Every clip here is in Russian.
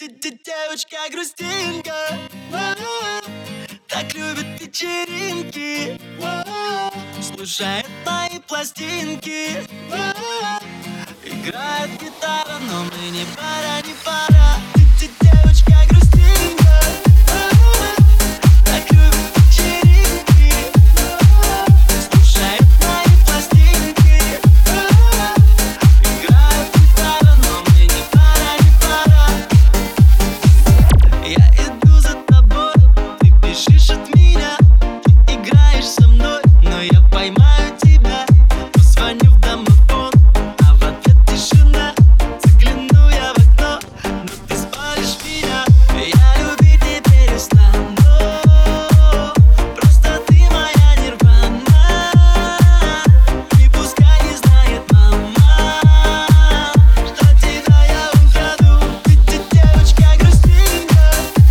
Ты девочка грустинка, так любит вечеринки, слушает мои пластинки, играет гитара, но мы не пара, не пара. Ты девочка грустинка, так любит вечеринки, слушает мои пластинки, играет гитара, но мы не пара, не пара. Я иду за тобой, ты бежишь от меня, ты играешь со мной, но я поймаю тебя. Позвоню в домофон, а в ответ тишина. Загляну я в окно, но ты спалишь меня. Я любить не перестану, просто ты моя нирвана. И пускай не знает мама, что тебя я украду. Ты девочка грустинка,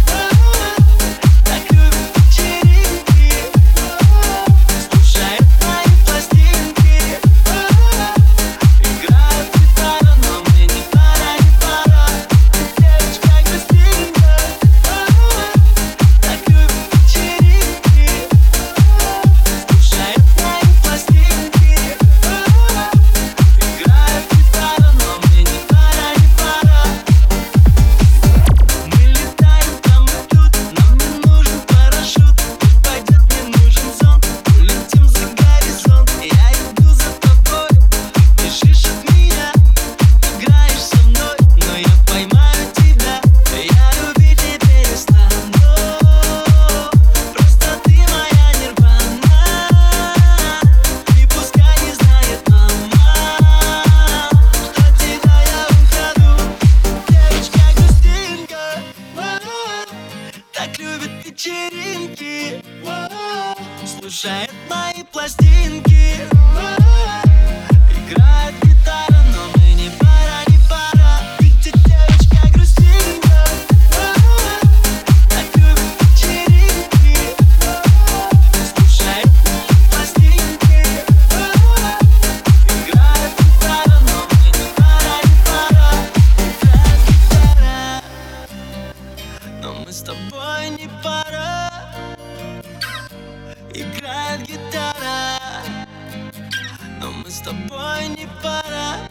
так любит вечеринки, слушает мои пластинки, играет гитара, но мы не пара, не пара. Ты девочка грустинка, так любит вечеринки, слушает мои пластинки, играет гитара, но мы не пара, не пара. Мы летаем там и тут, нам не нужен парашют. Пусть пойдет, не нужен зонт, улетим за горизонт. Я иду за тобой, ты бежишь от меня, играешь со мной, но я поймаю тебя. Я любить не перестану, просто ты моя нирвана. И пускай не знает мама, что тебя я украду. Девочка грустинка, так любит вечеринки, слушает мои пластинки, играет гитара, но мы не пара, не пара. Ты девочка грустинка, так любит вечеринки, слушает мои пластинки, играет гитара, но мы не пара, не пара. Играет гитара, но мы с тобой не пара. Играет гитара, но мы с тобой не пара.